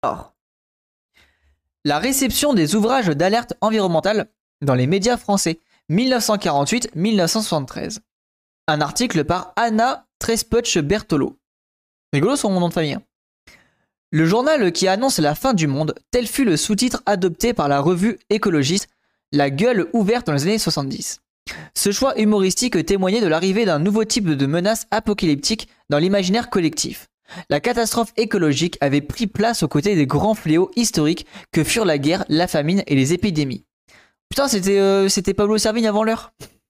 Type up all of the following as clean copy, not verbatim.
Alors, la réception des ouvrages d'alerte environnementale dans les médias français, 1948-1973. Un article par Anna Tresputsch-Bertolo. Rigolo son nom de famille. Le journal qui annonce la fin du monde, tel fut le sous-titre adopté par la revue écologiste La Gueule ouverte dans les années 70. Ce choix humoristique témoignait de l'arrivée d'un nouveau type de menace apocalyptique dans l'imaginaire collectif. La catastrophe écologique avait pris place aux côtés des grands fléaux historiques que furent la guerre, la famine et les épidémies. Putain, c'était Pablo Servigne avant l'heure.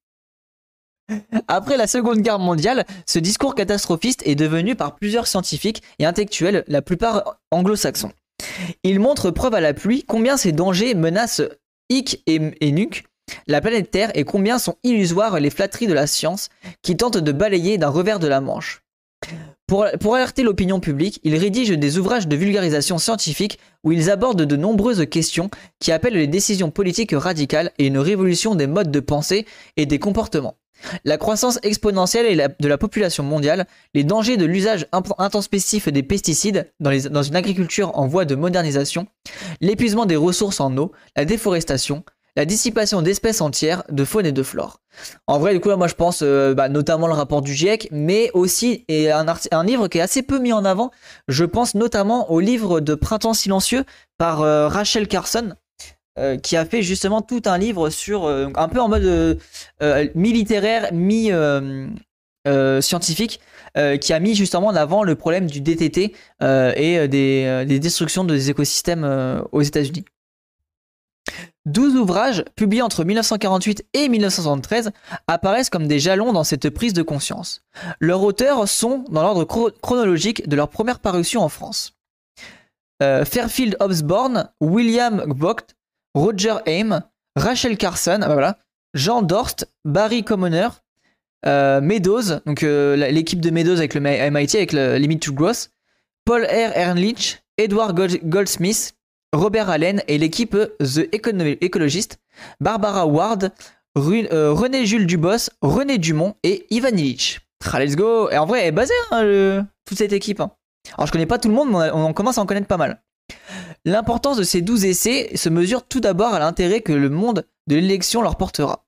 Après la Seconde Guerre mondiale, ce discours catastrophiste est devenu par plusieurs scientifiques et intellectuels, la plupart anglo-saxons. Il montre preuve à la pluie combien ces dangers menacent hic et nuc la planète Terre et combien sont illusoires les flatteries de la science qui tentent de balayer d'un revers de la manche. Pour alerter l'opinion publique, ils rédigent des ouvrages de vulgarisation scientifique où ils abordent de nombreuses questions qui appellent les décisions politiques radicales et une révolution des modes de pensée et des comportements. La croissance exponentielle de la population mondiale, les dangers de l'usage intempestif des pesticides dans une agriculture en voie de modernisation, l'épuisement des ressources en eau, la déforestation, la dissipation d'espèces entières de faune et de flore. En vrai, du coup, là, moi, je pense notamment le rapport du GIEC, mais aussi un livre qui est assez peu mis en avant. Je pense notamment au livre de Printemps silencieux par Rachel Carson, qui a fait justement tout un livre sur un peu en mode mi-littéraire, mi-scientifique, qui a mis justement en avant le problème du DTT et des destructions des écosystèmes aux États-Unis. 12 ouvrages publiés entre 1948 et 1973 apparaissent comme des jalons dans cette prise de conscience. Leurs auteurs sont dans l'ordre chronologique de leur première parution en France. Fairfield Osborn, William Vogt, Roger Ames, Rachel Carson, Jean Dorst, Barry Commoner, Meadows, donc l'équipe de Meadows avec le MIT, avec le Limit to Growth, Paul R. Ehrlich, Edward Goldsmith, Robert Allen et l'équipe The Ecologist, Barbara Ward, René Jules Dubos, René Dumont et Ivan Illich. Let's go. Et en vrai, elle est basée, toute cette équipe. Alors, je connais pas tout le monde, mais on commence à en connaître pas mal. L'importance de ces 12 essais se mesure tout d'abord à l'intérêt que le monde de l'édition leur portera.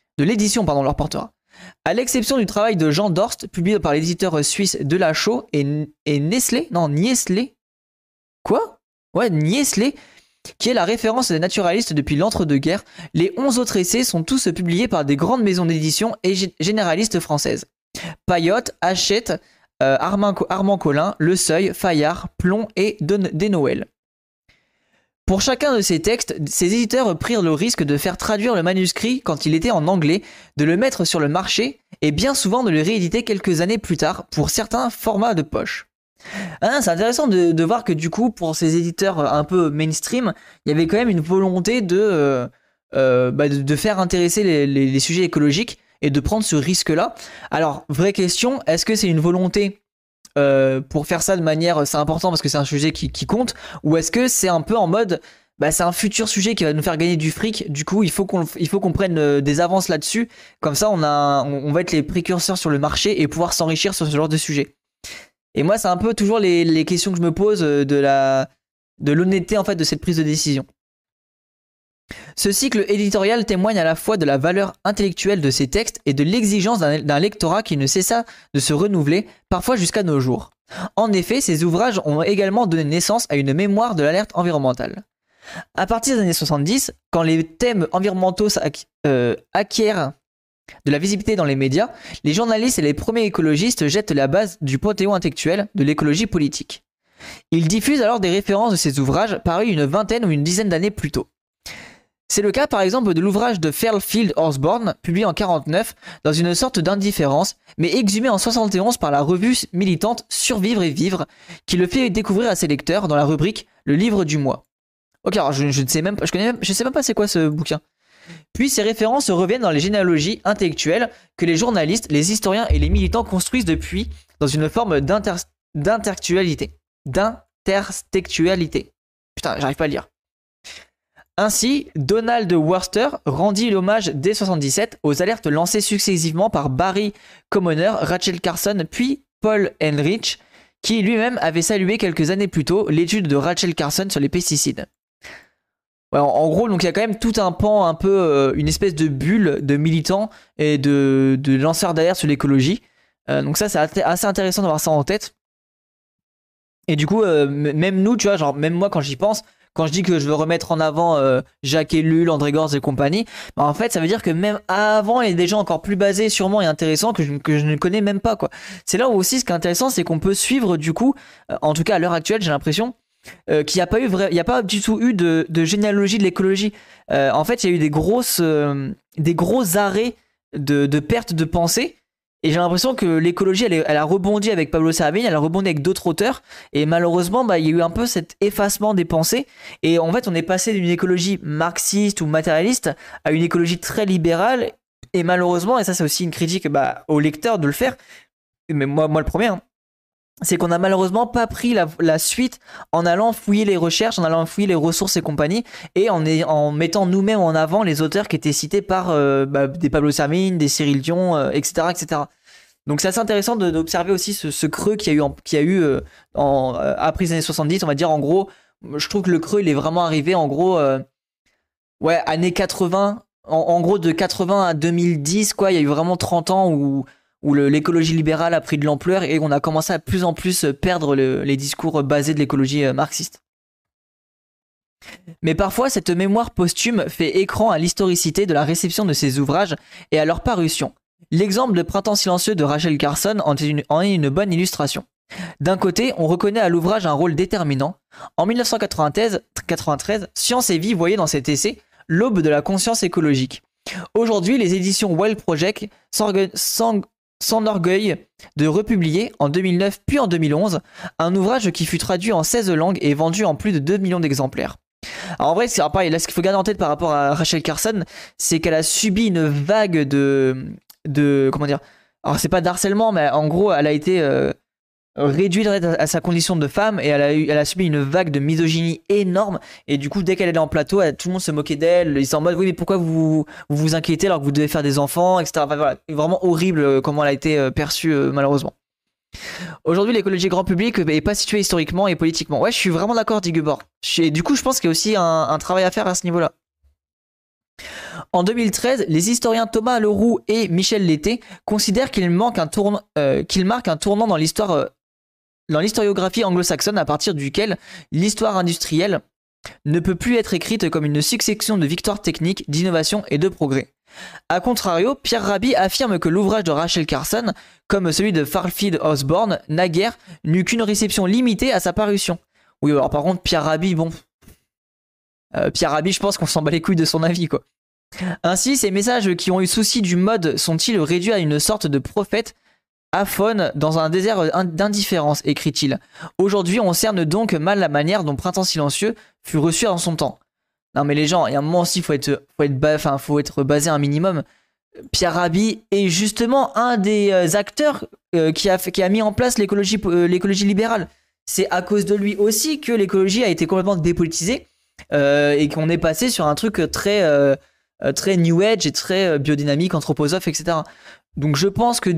À l'exception du travail de Jean Dorst, publié par l'éditeur suisse Delachaux et Niestlé, qui est la référence des naturalistes depuis l'entre-deux-guerres, les 11 autres essais sont tous publiés par des grandes maisons d'édition et généralistes françaises. Payotte, Hachette, Armand Collin, Le Seuil, Fayard, Plomb et Desnoël. Pour chacun de ces textes, ces éditeurs prirent le risque de faire traduire le manuscrit quand il était en anglais, de le mettre sur le marché et bien souvent de le rééditer quelques années plus tard pour certains formats de poche. C'est intéressant de voir que du coup, pour ces éditeurs un peu mainstream, il y avait quand même une volonté de faire intéresser les sujets écologiques et de prendre ce risque-là. Alors, vraie question, est-ce que c'est une volonté pour faire ça de manière, c'est important parce que c'est un sujet qui compte, ou est-ce que c'est un peu en mode, c'est un futur sujet qui va nous faire gagner du fric, du coup il faut qu'on prenne des avances là-dessus, comme ça on va être les précurseurs sur le marché et pouvoir s'enrichir sur ce genre de sujet. Et moi c'est un peu toujours les questions que je me pose de l'honnêteté en fait de cette prise de décision. Ce cycle éditorial témoigne à la fois de la valeur intellectuelle de ces textes et de l'exigence d'un lectorat qui ne cessa de se renouveler, parfois jusqu'à nos jours. En effet, ces ouvrages ont également donné naissance à une mémoire de l'alerte environnementale. À partir des années 70, quand les thèmes environnementaux acquièrent de la visibilité dans les médias, les journalistes et les premiers écologistes jettent la base du panthéon intellectuel de l'écologie politique. Ils diffusent alors des références de ces ouvrages parus une vingtaine ou une dizaine d'années plus tôt. C'est le cas par exemple de l'ouvrage de Fairfield Osborn, publié en 1949, dans une sorte d'indifférence, mais exhumé en 1971 par la revue militante Survivre et Vivre, qui le fait découvrir à ses lecteurs dans la rubrique Le livre du mois. Ok, alors je sais même pas c'est quoi ce bouquin. Puis ces références reviennent dans les généalogies intellectuelles que les journalistes, les historiens et les militants construisent depuis dans une forme d'intertextualité. Putain, j'arrive pas à lire. Ainsi, Donald Worster rendit l'hommage dès 1977 aux alertes lancées successivement par Barry Commoner, Rachel Carson puis Paul Ehrlich, qui lui-même avait salué quelques années plus tôt l'étude de Rachel Carson sur les pesticides. Ouais, en gros, donc il y a quand même tout un pan, un peu une espèce de bulle de militants et de lanceurs d'alerte sur l'écologie. Donc ça, c'est assez intéressant d'avoir ça en tête. Et du coup, même nous, tu vois, genre même moi quand j'y pense, quand je dis que je veux remettre en avant Jacques Ellul, André Gorz et compagnie, bah en fait, ça veut dire que même avant, il y a des gens encore plus basés sûrement et intéressants que je ne connais même pas, quoi. C'est là où aussi ce qui est intéressant, c'est qu'on peut suivre du coup, en tout cas à l'heure actuelle, j'ai l'impression qu'il n'y a pas eu il y a pas du tout eu de généalogie de l'écologie. En fait, il y a eu des gros arrêts de perte de pensée. Et j'ai l'impression que l'écologie, elle a rebondi avec Pablo Servigne, elle a rebondi avec d'autres auteurs. Et malheureusement, bah, il y a eu un peu cet effacement des pensées. Et en fait, on est passé d'une écologie marxiste ou matérialiste à une écologie très libérale. Et malheureusement, et ça c'est aussi une critique bah, aux lecteurs de le faire, mais moi le premier, hein, c'est qu'on a malheureusement pas pris la suite en allant fouiller les recherches, en allant fouiller les ressources et compagnie, et en mettant nous-mêmes en avant les auteurs qui étaient cités par des Pablo Servigne, des Cyril Dion, etc., etc. Donc c'est assez intéressant d'observer aussi ce creux qu'il y a eu après les années 70, on va dire en gros. Je trouve que le creux il est vraiment arrivé en gros ouais, années 80, en gros de 80 à 2010 quoi, il y a eu vraiment 30 ans où l'écologie libérale a pris de l'ampleur et on a commencé à plus en plus perdre les discours basés de l'écologie marxiste. Mais parfois, cette mémoire posthume fait écran à l'historicité de la réception de ces ouvrages et à leur parution. L'exemple de Printemps silencieux de Rachel Carson en est une bonne illustration. D'un côté, on reconnaît à l'ouvrage un rôle déterminant. En 1993, Science et Vie voyait dans cet essai l'aube de la conscience écologique. Aujourd'hui, les éditions Well Project s'enorgueillent de republier en 2009 puis en 2011 un ouvrage qui fut traduit en 16 langues et vendu en plus de 2 millions d'exemplaires. Alors en vrai, c'est pareil, là ce qu'il faut garder en tête par rapport à Rachel Carson, c'est qu'elle a subi une vague de comment dire, alors c'est pas d'harcèlement, mais en gros elle a été réduite à sa condition de femme et elle a subi une vague de misogynie énorme et du coup dès qu'elle allait en plateau tout le monde se moquait d'elle, ils étaient en mode oui mais pourquoi vous inquiétez alors que vous devez faire des enfants, etc. Enfin, voilà, vraiment horrible comment elle a été perçue malheureusement. Aujourd'hui l'écologie grand public est pas située historiquement et politiquement. Ouais, je suis vraiment d'accord, dit Gubor. Du coup je pense qu'il y a aussi un travail à faire à ce niveau là. En 2013, les historiens Thomas Leroux et Michel Lété considèrent qu'il marque un tournant dans l'historiographie anglo-saxonne à partir duquel l'histoire industrielle ne peut plus être écrite comme une succession de victoires techniques, d'innovation et de progrès. A contrario, Pierre Rabhi affirme que l'ouvrage de Rachel Carson, comme celui de Fairfield Osborne, naguère, n'eut qu'une réception limitée à sa parution. Oui, alors par contre, Pierre Rabhi, bon... Pierre Rabhi, je pense qu'on s'en bat les couilles de son avis, quoi. Ainsi, ces messages qui ont eu souci du mode sont-ils réduits à une sorte de prophète aphone dans un désert d'indifférence, écrit-il. Aujourd'hui, on cerne donc mal la manière dont Printemps silencieux fut reçu en son temps. Non mais les gens, il y a un moment aussi, faut être basé un minimum. Pierre Rabhi est justement un des acteurs qui a mis en place l'écologie libérale. C'est à cause de lui aussi que l'écologie a été complètement dépolitisée et qu'on est passé sur un truc très new age et très biodynamique, anthroposophe, etc. Donc je pense que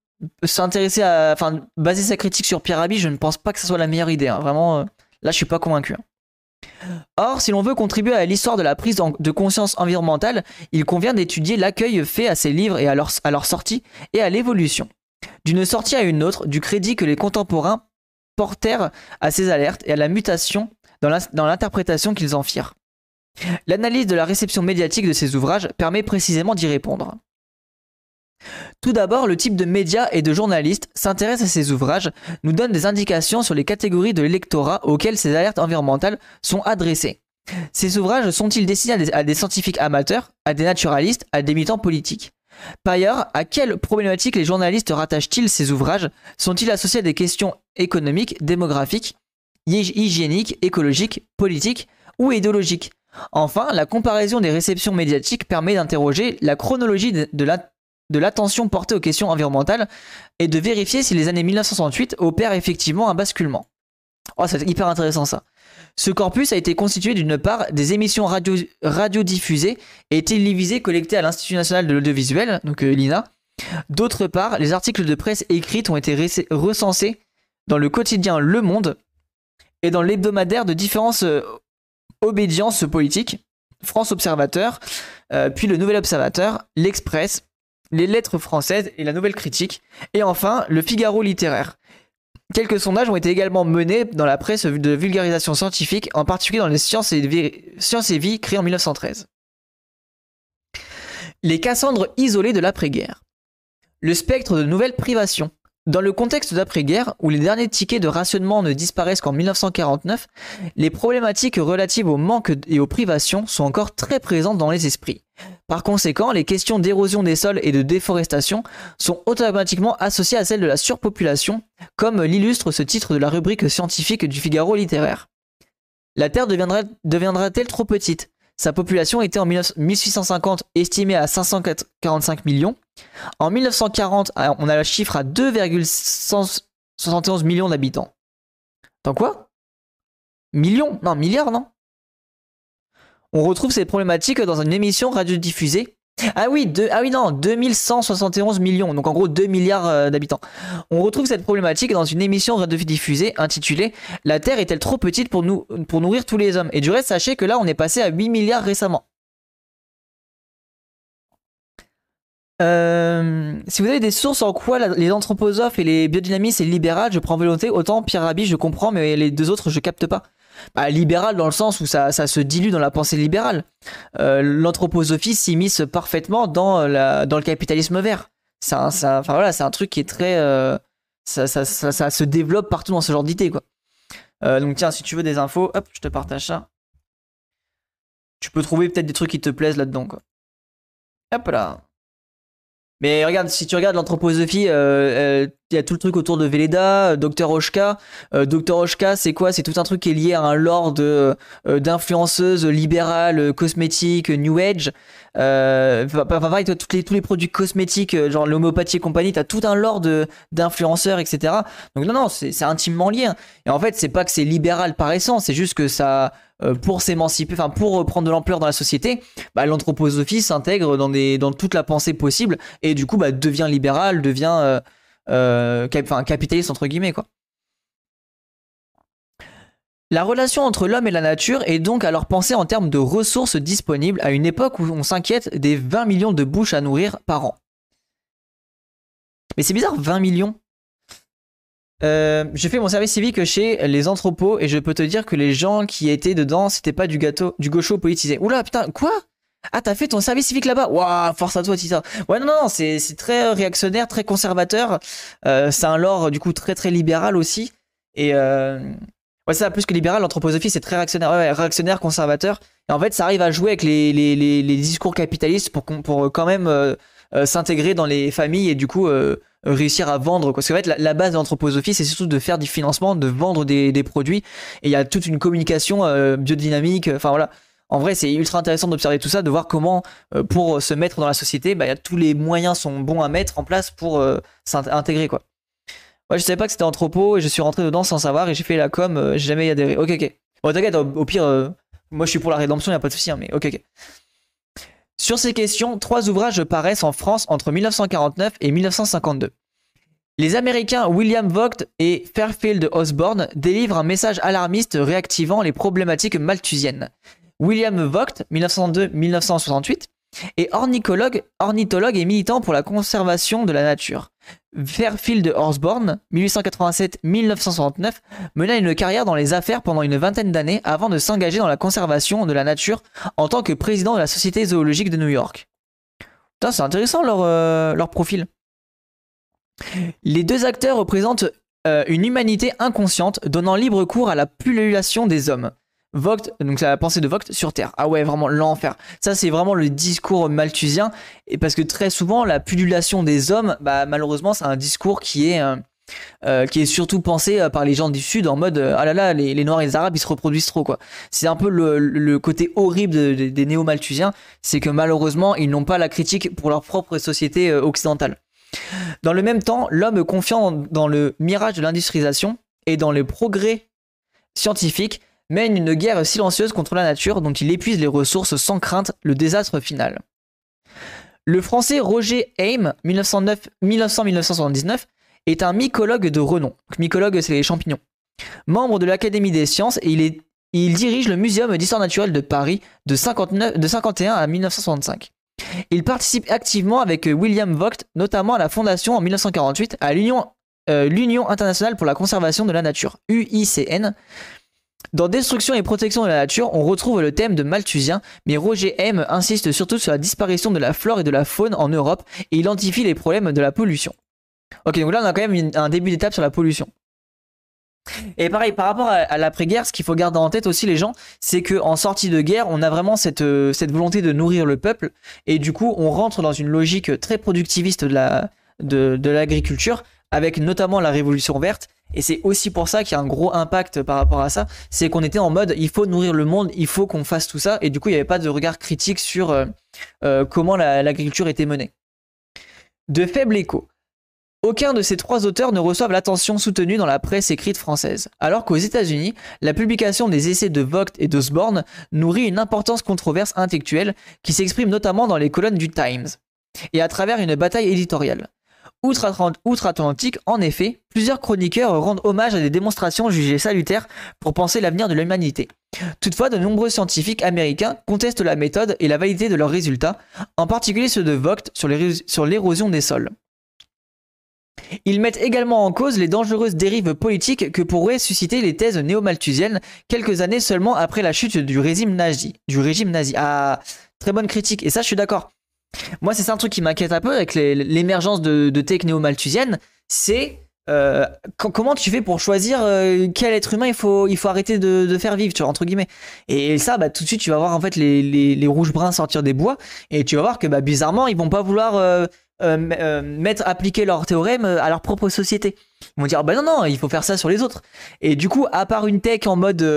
baser sa critique sur Pierre Rabhi, je ne pense pas que ce soit la meilleure idée. Hein. Vraiment, là je suis pas convaincu. Hein. Or, si l'on veut contribuer à l'histoire de la prise de conscience environnementale, il convient d'étudier l'accueil fait à ces livres et à leur sortie et à l'évolution. D'une sortie à une autre, du crédit que les contemporains portèrent à ces alertes et à la mutation dans l'interprétation qu'ils en firent. L'analyse de la réception médiatique de ces ouvrages permet précisément d'y répondre. Tout d'abord, le type de médias et de journalistes s'intéresse à ces ouvrages, nous donne des indications sur les catégories de l'électorat auxquelles ces alertes environnementales sont adressées. Ces ouvrages sont-ils destinés à des scientifiques amateurs, à des naturalistes, à des militants politiques? Par ailleurs, à quelles problématiques les journalistes rattachent-ils ces ouvrages? Sont-ils associés à des questions économiques, démographiques, hygiéniques, écologiques, politiques ou idéologiques? Enfin, la comparaison des réceptions médiatiques permet d'interroger la chronologie de l'attention portée aux questions environnementales et de vérifier si les années 1968 opèrent effectivement un basculement. Oh, c'est hyper intéressant ça. Ce corpus a été constitué d'une part des émissions radiodiffusées et télévisées collectées à l'Institut national de l'audiovisuel, donc l'INA. D'autre part, les articles de presse écrits ont été recensés dans le quotidien Le Monde et dans l'hebdomadaire de différentes obédiences politiques, France Observateur, puis le Nouvel Observateur, l'Express, les Lettres françaises et la Nouvelle Critique, et enfin le Figaro littéraire. Quelques sondages ont été également menés dans la presse de vulgarisation scientifique, en particulier dans les Sciences et Vie créées en 1913. Les Cassandres isolés de l'après-guerre. Le spectre de nouvelles privations. Dans le contexte d'après-guerre, où les derniers tickets de rationnement ne disparaissent qu'en 1949, les problématiques relatives au manque et aux privations sont encore très présentes dans les esprits. Par conséquent, les questions d'érosion des sols et de déforestation sont automatiquement associées à celles de la surpopulation, comme l'illustre ce titre de la rubrique scientifique du Figaro littéraire. La Terre deviendra-t-elle trop petite ? Sa population était en 1850 estimée à 545 millions. En 1940, on a le chiffre à 2,171 millions d'habitants. Dans quoi ? Millions ? Non, milliards, non ? On retrouve cette problématique dans une émission radiodiffusée. Ah oui, 2171 millions, donc en gros 2 milliards d'habitants. On retrouve cette problématique dans une émission radiodiffusée intitulée « La Terre est-elle trop petite pour nourrir tous les hommes ?» Et du reste, sachez que là, on est passé à 8 milliards récemment. Si vous avez des sources en quoi les anthroposophes et les biodynamistes et les libérales, je prends volonté, autant Pierre Rabhi, je comprends, mais les deux autres, je capte pas. Bah, libéral dans le sens où ça se dilue dans la pensée libérale. L'anthroposophie s'immisce parfaitement dans le capitalisme vert. C'est un truc qui est très... ça se développe partout dans ce genre d'idées, quoi. Donc tiens, si tu veux des infos, hop, je te partage ça. Tu peux trouver peut-être des trucs qui te plaisent là-dedans, quoi. Hop là. Mais regarde, si tu regardes l'anthroposophie, il y a tout le truc autour de Velleda, Dr Oshka. Dr Oshka, c'est quoi ? C'est tout un truc qui est lié à un lore d'influenceuses libérales, cosmétiques, New Age. Pareil, tous les produits cosmétiques, genre l'homéopathie et compagnie, t'as tout un lore d'influenceurs, etc. Donc non, c'est intimement lié. Et en fait, c'est pas que c'est libéral par essence, c'est juste que ça... pour s'émanciper, enfin pour prendre de l'ampleur dans la société, bah, l'anthroposophie s'intègre dans toute la pensée possible et du coup bah, devient libéral, devient capitaliste entre guillemets, quoi. La relation entre l'homme et la nature est donc alors pensée en termes de ressources disponibles à une époque où on s'inquiète des 20 millions de bouches à nourrir par an. Mais c'est bizarre, 20 millions. J'ai fait mon service civique chez les anthropos et je peux te dire que les gens qui étaient dedans, c'était pas du gaucho politisé. Oula, putain, quoi ? Ah, t'as fait ton service civique là-bas ? Waouh, force à toi, Tita. Ouais, non, c'est très réactionnaire, très conservateur. C'est un lore, du coup, très très libéral aussi. Et ouais, ça, plus que libéral, l'anthroposophie, c'est très réactionnaire, réactionnaire, conservateur. Et en fait, ça arrive à jouer avec les discours capitalistes pour quand même s'intégrer dans les familles et du coup réussir à vendre, quoi. Parce qu'en fait, la base de l'anthroposophie, c'est surtout de faire du financement, de vendre des produits. Et il y a toute une communication biodynamique. Enfin voilà. En vrai, c'est ultra intéressant d'observer tout ça, de voir comment, pour se mettre dans la société, bah, tous les moyens sont bons à mettre en place pour s'intégrer, quoi. Ouais, je savais pas que c'était anthropo et je suis rentré dedans sans savoir et j'ai fait la com, j'ai jamais adhéré. Ok. Bon, t'inquiète, au pire, moi je suis pour la rédemption, y a pas de souci, hein, mais ok. Sur ces questions, 3 ouvrages paraissent en France entre 1949 et 1952. Les Américains William Vogt et Fairfield Osborne délivrent un message alarmiste réactivant les problématiques malthusiennes. William Vogt, 1902-1968, est ornithologue et militant pour la conservation de la nature. Fairfield Osborne, 1887-1969, mena une carrière dans les affaires pendant une vingtaine d'années avant de s'engager dans la conservation de la nature en tant que président de la Société zoologique de New York. Putain, c'est intéressant leur profil. Les deux acteurs représentent une humanité inconsciente donnant libre cours à la pullulation des hommes. Vogt, donc c'est la pensée de Vogt sur Terre. Ah ouais, vraiment l'enfer. Ça, c'est vraiment le discours malthusien. Et parce que très souvent, la pullulation des hommes, bah, malheureusement, c'est un discours qui est surtout pensé par les gens du Sud en mode ah là là, les Noirs et les Arabes, ils se reproduisent trop, quoi. C'est un peu le côté horrible des néo-malthusiens, c'est que malheureusement, ils n'ont pas la critique pour leur propre société occidentale. Dans le même temps, l'homme confiant dans le mirage de l'industrialisation et dans les progrès scientifiques mène une guerre silencieuse contre la nature dont il épuise les ressources sans crainte le désastre final. Le français Roger Hayme, 1900-1979, est un mycologue de renom. Donc, mycologue, c'est les champignons. Membre de l'Académie des sciences, et il dirige le Muséum d'histoire naturelle de Paris de 51 à 1965. Il participe activement avec William Vogt, notamment à la fondation en 1948 à l'Union internationale pour la conservation de la nature, UICN. Dans Destruction et protection de la nature, on retrouve le thème de Malthusien, mais Roger M insiste surtout sur la disparition de la flore et de la faune en Europe et identifie les problèmes de la pollution. Ok, donc là on a quand même un début d'étape sur la pollution. Et pareil, par rapport à l'après-guerre, ce qu'il faut garder en tête aussi les gens, c'est qu'en sortie de guerre, on a vraiment cette volonté de nourrir le peuple, et du coup on rentre dans une logique très productiviste de l'agriculture, avec notamment la révolution verte, et c'est aussi pour ça qu'il y a un gros impact par rapport à ça, c'est qu'on était en mode il faut nourrir le monde, il faut qu'on fasse tout ça, et du coup il n'y avait pas de regard critique sur comment l'agriculture était menée. De faible écho. Aucun de ces trois auteurs ne reçoivent l'attention soutenue dans la presse écrite française, alors qu'aux États-Unis, la publication des essais de Vogt et d'Osborne nourrit une importante controverse intellectuelle qui s'exprime notamment dans les colonnes du Times, et à travers une bataille éditoriale. Outre-Atlantique, en effet, plusieurs chroniqueurs rendent hommage à des démonstrations jugées salutaires pour penser l'avenir de l'humanité. Toutefois, de nombreux scientifiques américains contestent la méthode et la validité de leurs résultats, en particulier ceux de Vogt sur l'érosion des sols. Ils mettent également en cause les dangereuses dérives politiques que pourraient susciter les thèses néo-malthusiennes quelques années seulement après la chute du régime nazi. Ah, très bonne critique, et ça je suis d'accord. Moi c'est un truc qui m'inquiète un peu avec l'émergence de tech néo-malthusienne, c'est comment tu fais pour choisir quel être humain il faut arrêter de faire vivre, tu vois, entre guillemets. Et ça, tout de suite tu vas voir en fait les rouges bruns sortir des bois, et tu vas voir que bizarrement ils vont pas vouloir... appliquer leur théorème à leur propre société. Ils vont dire non, il faut faire ça sur les autres. Et du coup, à part une tech en mode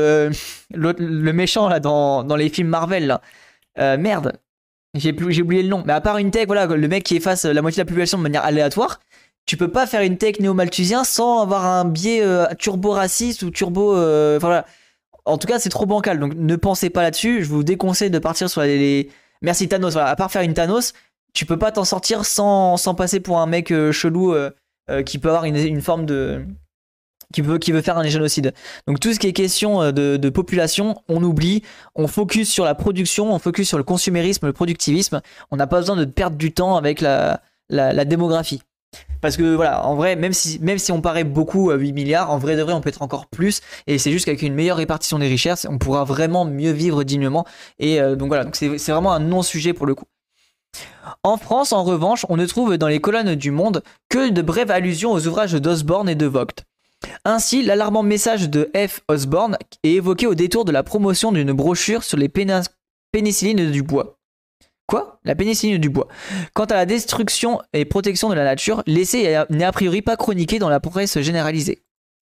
le méchant là dans les films Marvel là, merde, j'ai oublié le nom, mais à part une tech, voilà, le mec qui efface la moitié de la population de manière aléatoire, tu peux pas faire une tech néo-malthusien sans avoir un biais turbo-raciste ou turbo... voilà. En tout cas, c'est trop bancal, donc ne pensez pas là-dessus. Je vous déconseille de partir sur les... Merci Thanos, voilà. À part faire une Thanos, tu peux pas t'en sortir sans passer pour un mec chelou qui peut avoir une forme de... qui veut faire un génocide. Donc tout ce qui est question de population, on oublie, on focus sur la production, on focus sur le consumérisme, le productivisme. On n'a pas besoin de perdre du temps avec la démographie. Parce que voilà, en vrai, même si on paraît beaucoup à 8 milliards, en vrai de vrai, on peut être encore plus. Et c'est juste qu'avec une meilleure répartition des richesses, on pourra vraiment mieux vivre dignement. Et donc voilà, donc c'est vraiment un non-sujet pour le coup. En France, en revanche, on ne trouve dans les colonnes du Monde que de brèves allusions aux ouvrages d'Osborne et de Vogt. Ainsi, l'alarmant message de F. Osborne est évoqué au détour de la promotion d'une brochure sur les pénicillines du bois. Quoi ? La pénicilline du bois. Quant à la destruction et protection de la nature, l'essai n'est a priori pas chroniqué dans la presse généraliste.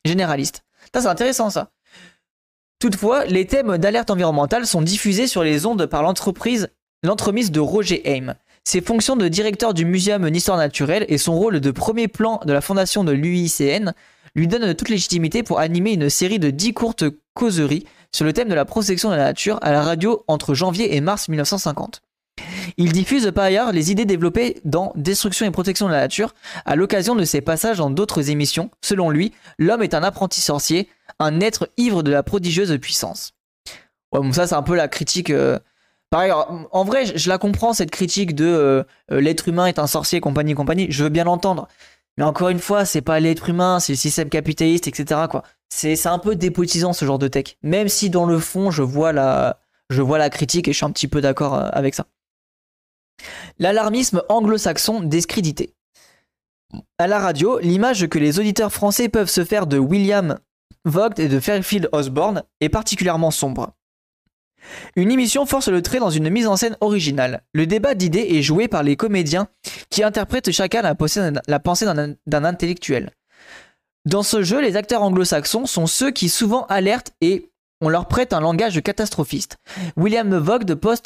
Ça, c'est intéressant ça. Toutefois, les thèmes d'alerte environnementale sont diffusés sur les ondes par l'entremise de Roger Haim. Ses fonctions de directeur du Muséum d'histoire naturelle et son rôle de premier plan de la fondation de l'UICN lui donnent toute légitimité pour animer une série de 10 courtes causeries sur le thème de la protection de la nature à la radio entre janvier et mars 1950. Il diffuse par ailleurs les idées développées dans Destruction et protection de la nature à l'occasion de ses passages dans d'autres émissions. Selon lui, l'homme est un apprenti sorcier, un être ivre de la prodigieuse puissance. Ouais, bon, ça c'est un peu la critique... Pareil, en vrai, je la comprends cette critique de l'être humain est un sorcier, compagnie, je veux bien l'entendre. Mais encore une fois, c'est pas l'être humain, c'est le système capitaliste, etc. quoi. C'est un peu dépotisant ce genre de tech. Même si dans le fond, je vois la critique et je suis un petit peu d'accord avec ça. L'alarmisme anglo-saxon discrédité. À la radio, l'image que les auditeurs français peuvent se faire de William Vogt et de Fairfield Osborne est particulièrement sombre. Une émission force le trait dans une mise en scène originale. Le débat d'idées est joué par les comédiens qui interprètent chacun la pensée d'un intellectuel. Dans ce jeu, les acteurs anglo-saxons sont ceux qui souvent alertent et on leur prête un langage catastrophiste. William Vogt pose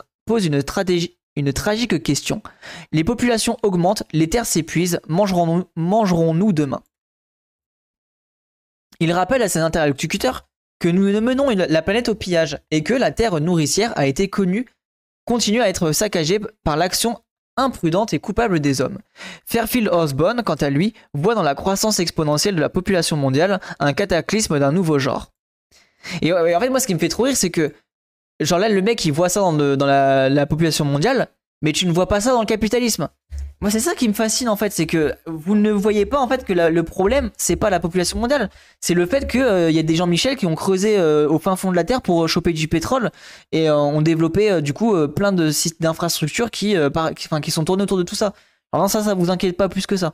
une tragique question. Les populations augmentent, les terres s'épuisent, mangerons-nous demain ? Il rappelle à ses interlocuteurs que nous menons la planète au pillage et que la terre nourricière a été continue à être saccagée par l'action imprudente et coupable des hommes. Fairfield Osborn, quant à lui, voit dans la croissance exponentielle de la population mondiale un cataclysme d'un nouveau genre. Et en fait, moi, ce qui me fait trop rire, c'est que, genre là, le mec, il voit ça dans la population mondiale, mais tu ne vois pas ça dans le capitalisme. Moi, c'est ça qui me fascine, en fait, c'est que vous ne voyez pas, en fait, que le problème, c'est pas la population mondiale, c'est le fait que y a des Jean-Michel qui ont creusé au fin fond de la Terre pour choper du pétrole et ont développé, du coup, plein de sites d'infrastructures qui sont tournés autour de tout ça. Alors non, ça vous inquiète pas plus que ça.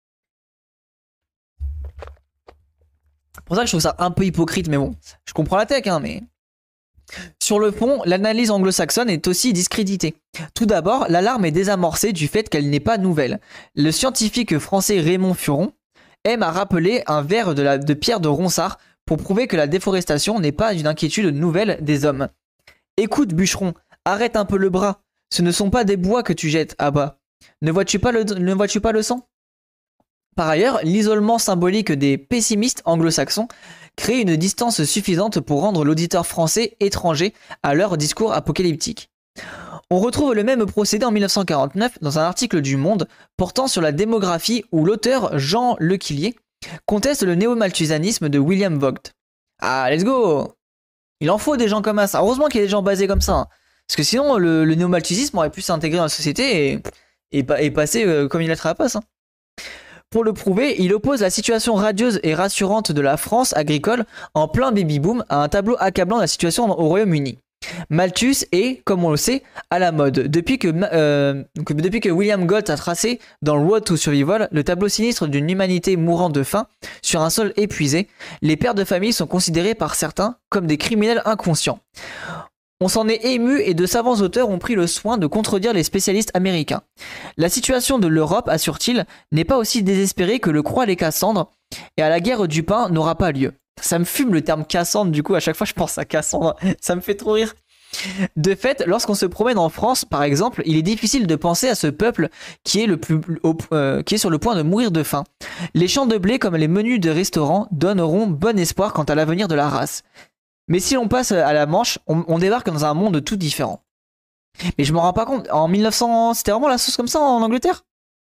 Pour ça que je trouve ça un peu hypocrite, mais bon, je comprends la tech, hein, mais... Sur le fond, l'analyse anglo-saxonne est aussi discréditée. Tout d'abord, l'alarme est désamorcée du fait qu'elle n'est pas nouvelle. Le scientifique français Raymond Furon aime à rappeler un vers de Pierre de Ronsard pour prouver que la déforestation n'est pas une inquiétude nouvelle des hommes. Écoute, bûcheron, arrête un peu le bras. Ce ne sont pas des bois que tu jettes à bas. Ne vois-tu pas le sang ? Par ailleurs, l'isolement symbolique des pessimistes anglo-saxons crée une distance suffisante pour rendre l'auditeur français étranger à leur discours apocalyptique. On retrouve le même procédé en 1949 dans un article du Monde portant sur la démographie où l'auteur Jean Lequillier conteste le néo-malthusianisme de William Vogt. Ah, let's go! Il en faut des gens comme ça. Heureusement qu'il y a des gens basés comme ça. Hein. Parce que sinon, le néo-malthusisme aurait pu s'intégrer dans la société et passer comme une lettre à la poste. Hein. Pour le prouver, il oppose la situation radieuse et rassurante de la France agricole en plein baby-boom à un tableau accablant de la situation au Royaume-Uni. Malthus est, comme on le sait, à la mode. Depuis que William Galt a tracé dans Road to Survival le tableau sinistre d'une humanité mourant de faim sur un sol épuisé, les pères de famille sont considérés par certains comme des criminels inconscients. On s'en est ému et de savants auteurs ont pris le soin de contredire les spécialistes américains. La situation de l'Europe, assure-t-il, n'est pas aussi désespérée que le croient les Cassandres, et à la guerre du pain n'aura pas lieu. Ça me fume le terme Cassandre, du coup à chaque fois je pense à Cassandre, ça me fait trop rire. De fait, lorsqu'on se promène en France, par exemple, il est difficile de penser à ce peuple qui est sur le point de mourir de faim. Les champs de blé comme les menus de restaurants donneront bon espoir quant à l'avenir de la race. Mais si l'on passe à la Manche, on débarque dans un monde tout différent. Mais je me rends pas compte, en 1900, c'était vraiment la sauce comme ça en Angleterre ?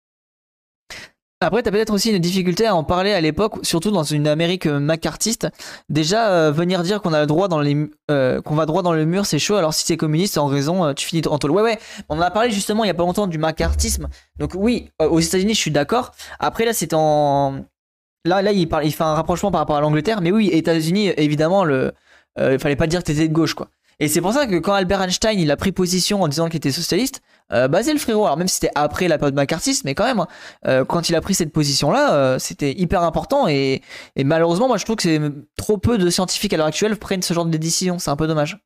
Après, t'as peut-être aussi une difficulté à en parler à l'époque, surtout dans une Amérique macartiste. Déjà, venir dire qu'on a le droit qu'on va droit dans le mur, c'est chaud. Alors si t'es communiste, en raison, tu finis en tôle. Ouais, on en a parlé justement il y a pas longtemps du macartisme. Donc oui, aux États-Unis, je suis d'accord. Après là, c'est en... Là, il fait un rapprochement par rapport à l'Angleterre. Mais oui, États-Unis, évidemment, il fallait pas dire que t'étais de gauche, quoi. Et c'est pour ça que quand Albert Einstein il a pris position en disant qu'il était socialiste, c'est le frérot. Alors même si c'était après la période macartiste, mais quand même, quand il a pris cette position-là, c'était hyper important et malheureusement, moi je trouve que c'est trop peu de scientifiques à l'heure actuelle prennent ce genre de décision. C'est un peu dommage.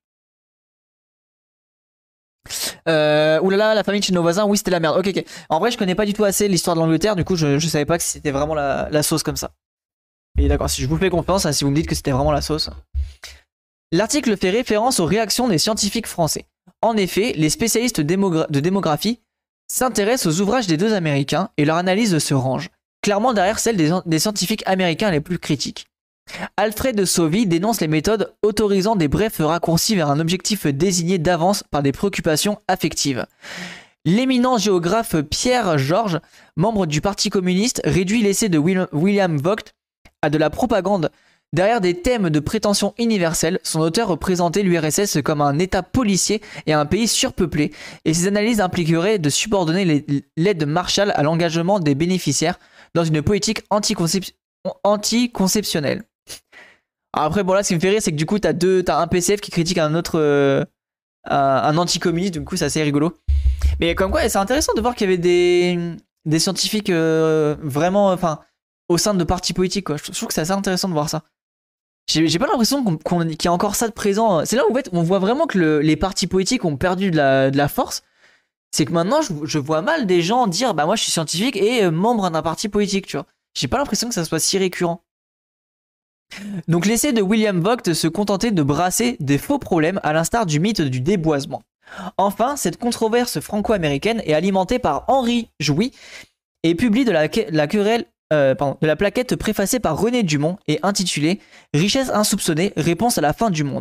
Oulala, la famille de chez nos voisins, oui c'était la merde. Ok. En vrai, je connais pas du tout assez l'histoire de l'Angleterre, du coup je savais pas que c'était vraiment la sauce comme ça. Et d'accord, si je vous fais confiance, hein, si vous me dites que c'était vraiment la sauce. L'article fait référence aux réactions des scientifiques français. En effet, les spécialistes de démographie s'intéressent aux ouvrages des deux Américains et leur analyse se range, clairement derrière celle des scientifiques américains les plus critiques. Alfred Sauvy dénonce les méthodes autorisant des brefs raccourcis vers un objectif désigné d'avance par des préoccupations affectives. L'éminent géographe Pierre Georges, membre du Parti communiste, réduit l'essai de William Vogt à de la propagande. Derrière des thèmes de prétention universelle, son auteur représentait l'URSS comme un état policier et un pays surpeuplé, et ses analyses impliqueraient de subordonner l'aide Marshall à l'engagement des bénéficiaires dans une politique anticonceptionnelle. Alors après, bon là, ce qui me fait rire, c'est que du coup, t'as un PCF qui critique un autre, un anticommuniste, du coup, c'est assez rigolo. Mais comme quoi, c'est intéressant de voir qu'il y avait des scientifiques vraiment, enfin, au sein de partis politiques, quoi. Je trouve que c'est assez intéressant de voir ça. J'ai pas l'impression qu'il y a encore ça de présent. C'est là où en fait, on voit vraiment que les partis politiques ont perdu de la force. C'est que maintenant, je vois mal des gens dire bah moi je suis scientifique et membre d'un parti politique, tu vois. J'ai pas l'impression que ça soit si récurrent. Donc l'essai de William Vogt se contentait de brasser des faux problèmes à l'instar du mythe du déboisement. Enfin, cette controverse franco-américaine est alimentée par Henri Jouy et publie de la plaquette préfacée par René Dumont et intitulée « Richesse insoupçonnée, réponse à la fin du monde ».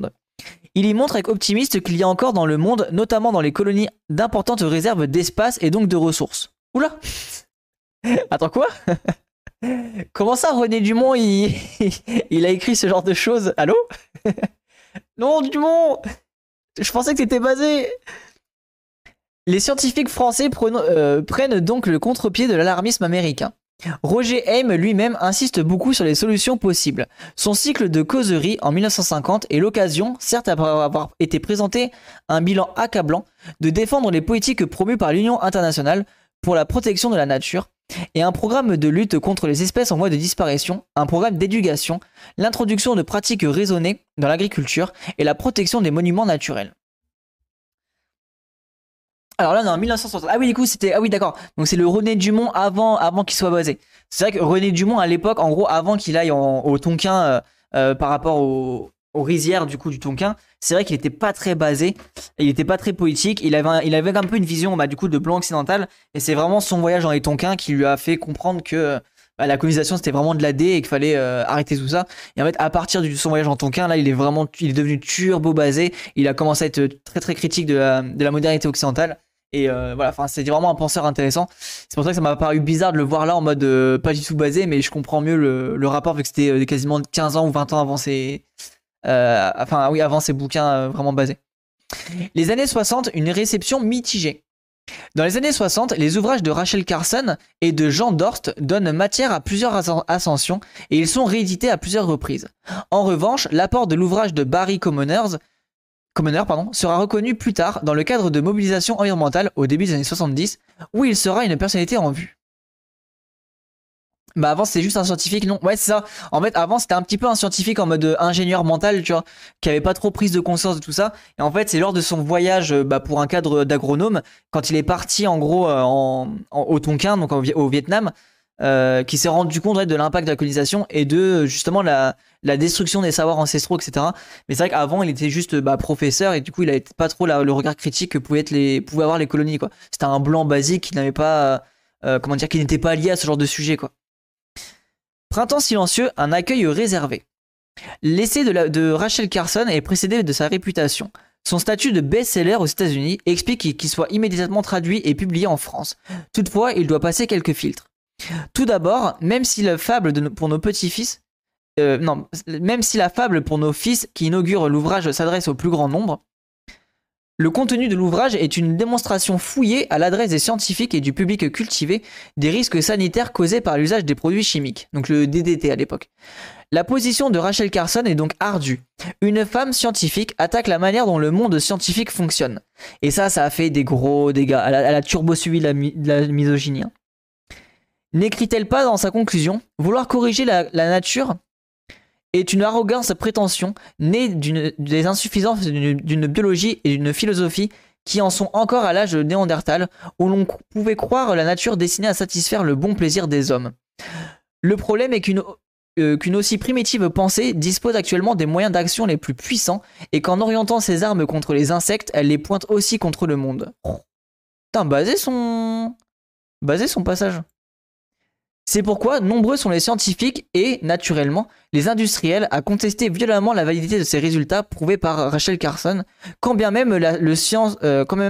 Il y montre avec optimisme qu'il y a encore dans le monde, notamment dans les colonies, d'importantes réserves d'espace et donc de ressources. Oula. Attends, quoi? Comment ça, René Dumont, il a écrit ce genre de choses? Allô? Non, Dumont! Je pensais que t'étais basé. Les scientifiques français prennent donc le contre-pied de l'alarmisme américain. Roger Ames lui-même insiste beaucoup sur les solutions possibles. Son cycle de causerie en 1950 est l'occasion, certes après avoir été présenté un bilan accablant, de défendre les politiques promues par l'Union internationale pour la protection de la nature et un programme de lutte contre les espèces en voie de disparition, un programme d'éducation, l'introduction de pratiques raisonnées dans l'agriculture et la protection des monuments naturels. Alors là, on est en 1960. Ah oui, du coup, c'était. Ah oui, d'accord. Donc c'est le René Dumont avant qu'il soit basé. C'est vrai que René Dumont, à l'époque, en gros, avant qu'il aille au Tonkin par rapport aux rizières du coup du Tonkin, c'est vrai qu'il était pas très basé, il était pas très politique. Il avait un peu une vision du coup de blanc occidental. Et c'est vraiment son voyage dans les Tonkins qui lui a fait comprendre que la colonisation c'était vraiment de la D et qu'il fallait arrêter tout ça. Et en fait, à partir de son voyage en Tonkin, là, il est devenu turbo basé. Il a commencé à être très très critique de la modernité occidentale. Et voilà, enfin, c'est vraiment un penseur intéressant. C'est pour ça que ça m'a paru bizarre de le voir là en mode pas du tout basé, mais je comprends mieux le rapport vu que c'était quasiment 15 ans ou 20 ans avant avant ses bouquins vraiment basés. Les années 60, une réception mitigée. Dans les années 60, les ouvrages de Rachel Carson et de Jean Dorst donnent matière à plusieurs ascensions et ils sont réédités à plusieurs reprises. En revanche, l'apport de l'ouvrage de Barry Commoner, sera reconnu plus tard dans le cadre de mobilisation environnementale au début des années 70, où il sera une personnalité en vue. Bah avant c'était juste un scientifique, non? Ouais, c'est ça. En fait, avant c'était un petit peu un scientifique en mode ingénieur mental, tu vois, qui avait pas trop prise de conscience de tout ça. Et en fait, c'est lors de son voyage pour un cadre d'agronome, quand il est parti en gros au Tonkin, donc au Vietnam, qui s'est rendu compte de l'impact de la colonisation et de justement la destruction des savoirs ancestraux, etc. Mais c'est vrai qu'avant il était juste professeur et du coup il avait pas trop le regard critique que pouvaient avoir les colonies, quoi. C'était un blanc basique qui n'avait pas qui n'était pas lié à ce genre de sujet, quoi. Printemps silencieux, un accueil réservé. L'essai de Rachel Carson est précédé de sa réputation. Son statut de best-seller aux États-Unis explique qu'il soit immédiatement traduit et publié en France. Toutefois, il doit passer quelques filtres. Tout d'abord, même si la fable pour nos petits-fils, même si la fable pour nos fils qui inaugure l'ouvrage s'adresse au plus grand nombre, le contenu de l'ouvrage est une démonstration fouillée à l'adresse des scientifiques et du public cultivé des risques sanitaires causés par l'usage des produits chimiques, donc le DDT à l'époque. La position de Rachel Carson est donc ardue. Une femme scientifique attaque la manière dont le monde scientifique fonctionne. Et ça a fait des gros dégâts. Elle a turbo suivi la misogynie. N'écrit-elle pas dans sa conclusion, vouloir corriger la nature est une arrogance prétention née des insuffisances d'une biologie et d'une philosophie qui en sont encore à l'âge néandertal, où l'on pouvait croire la nature destinée à satisfaire le bon plaisir des hommes. Le problème est qu'une aussi primitive pensée dispose actuellement des moyens d'action les plus puissants et qu'en orientant ses armes contre les insectes, elle les pointe aussi contre le monde. Putain, basé son passage. C'est pourquoi nombreux sont les scientifiques et, naturellement, les industriels à contester violemment la validité de ces résultats prouvés par Rachel Carson, quand bien même le Science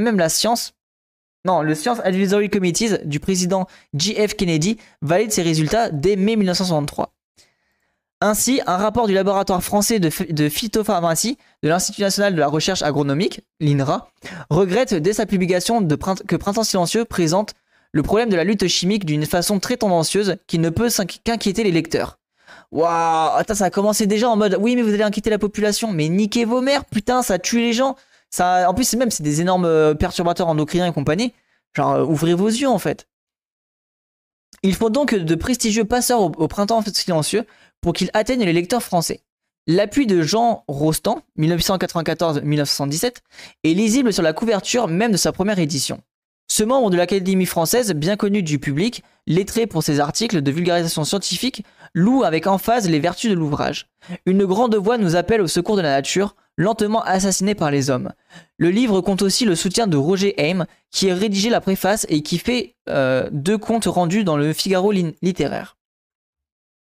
Advisory Committees du président J.F. Kennedy valide ces résultats dès mai 1963. Ainsi, un rapport du laboratoire français de phytopharmacie de l'Institut national de la recherche agronomique, l'INRA, regrette dès sa publication que Printemps silencieux présente le problème de la lutte chimique d'une façon très tendancieuse qui ne peut qu'inquiéter les lecteurs. Waouh, attends, ça a commencé déjà en mode oui, mais vous allez inquiéter la population, mais niquez vos mères, putain, ça tue les gens. Ça, en plus, c'est des énormes perturbateurs endocriniens et compagnie. Genre, ouvrez vos yeux en fait. Il faut donc de prestigieux passeurs au Printemps silencieux pour qu'ils atteignent les lecteurs français. L'appui de Jean Rostand, 1894-1977, est lisible sur la couverture même de sa première édition. Ce membre de l'Académie française, bien connu du public, lettré pour ses articles de vulgarisation scientifique, loue avec emphase les vertus de l'ouvrage. Une grande voix nous appelle au secours de la nature, lentement assassinée par les hommes. Le livre compte aussi le soutien de Roger Ames, qui a rédigé la préface et qui fait 2 comptes rendus dans le Figaro littéraire.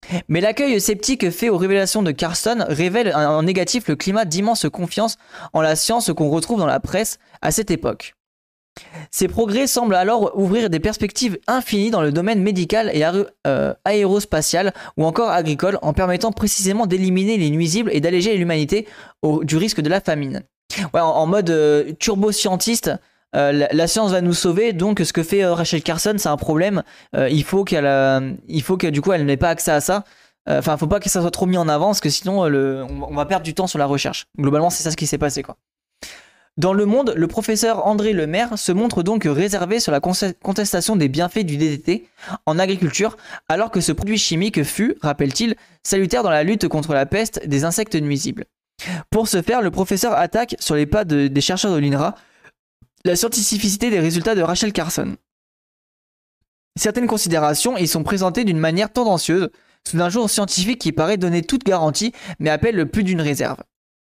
Mais l'accueil sceptique fait aux révélations de Carson révèle en négatif le climat d'immense confiance en la science qu'on retrouve dans la presse à cette époque. Ces progrès semblent alors ouvrir des perspectives infinies dans le domaine médical et aérospatial ou encore agricole en permettant précisément d'éliminer les nuisibles et d'alléger l'humanité du risque de la famine. Ouais, en mode turbo-scientiste, la science va nous sauver, donc ce que fait Rachel Carson, c'est un problème. Il faut que du coup elle n'ait pas accès à ça. Enfin, faut pas que ça soit trop mis en avant, parce que sinon on va perdre du temps sur la recherche. Globalement, c'est ça ce qui s'est passé, quoi. Dans Le Monde, le professeur André Lemaire se montre donc réservé sur la contestation des bienfaits du DDT en agriculture, alors que ce produit chimique fut, rappelle-t-il, salutaire dans la lutte contre la peste des insectes nuisibles. Pour ce faire, le professeur attaque, sur les pas des chercheurs de l'INRA, la scientificité des résultats de Rachel Carson. Certaines considérations y sont présentées d'une manière tendancieuse, sous un jour scientifique qui paraît donner toute garantie, mais appelle plus d'une réserve.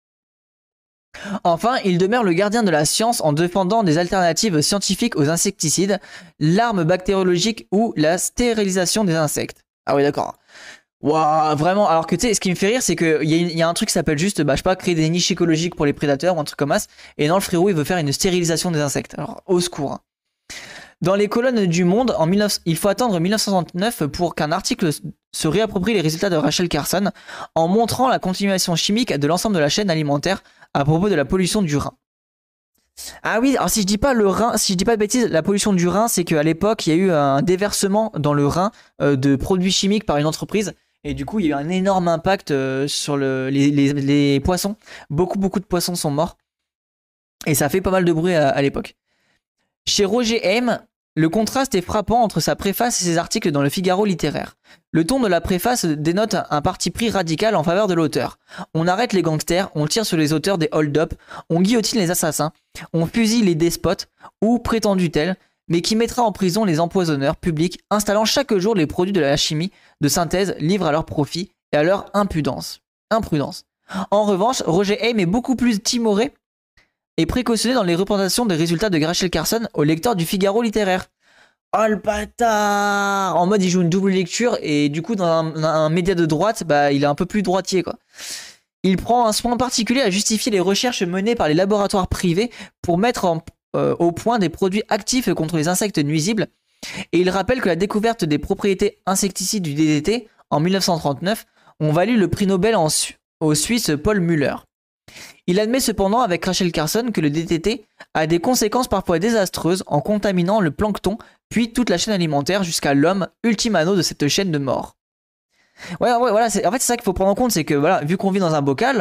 Enfin, il demeure le gardien de la science en défendant des alternatives scientifiques aux insecticides, l'arme bactériologique ou la stérilisation des insectes. Ah oui, d'accord. Waouh, vraiment. Alors que tu sais, ce qui me fait rire, c'est qu'il y a un truc qui s'appelle juste, je sais pas, créer des niches écologiques pour les prédateurs ou un truc comme ça. Et non, le frérot, il veut faire une stérilisation des insectes. Alors, au secours. Hein. Dans les colonnes du Monde, il faut attendre 1969 pour qu'un article se réapproprie les résultats de Rachel Carson en montrant la continuation chimique de l'ensemble de la chaîne alimentaire à propos de la pollution du Rhin. Ah oui, alors si je dis pas de bêtises, la pollution du Rhin, c'est qu'à l'époque, il y a eu un déversement dans le Rhin de produits chimiques par une entreprise. Et du coup, il y a eu un énorme impact sur les poissons. Beaucoup de poissons sont morts. Et ça fait pas mal de bruit à l'époque. Chez Roger Haim, le contraste est frappant entre sa préface et ses articles dans le Figaro littéraire. Le ton de la préface dénote un parti pris radical en faveur de l'auteur. On arrête les gangsters, on tire sur les auteurs des hold-up, on guillotine les assassins, on fusille les despotes, ou prétendus tels, mais qui mettra en prison les empoisonneurs publics installant chaque jour les produits de la chimie de synthèse livrent à leur profit et à leur imprudence. En revanche, Roger Haim est beaucoup plus timoré et précautionné dans les représentations des résultats de Rachel Carson au lecteur du Figaro littéraire. Oh le bâtard! En mode il joue une double lecture et du coup dans un média de droite, il est un peu plus droitier quoi. Il prend un soin particulier à justifier les recherches menées par les laboratoires privés pour mettre au point des produits actifs contre les insectes nuisibles. Et il rappelle que la découverte des propriétés insecticides du DDT en 1939 ont valu le prix Nobel au Suisse Paul Müller. Il admet cependant avec Rachel Carson que le DDT a des conséquences parfois désastreuses en contaminant le plancton, puis toute la chaîne alimentaire jusqu'à l'homme, ultime anneau de cette chaîne de mort. Ouais, voilà, en fait c'est ça qu'il faut prendre en compte, c'est que voilà, vu qu'on vit dans un bocal,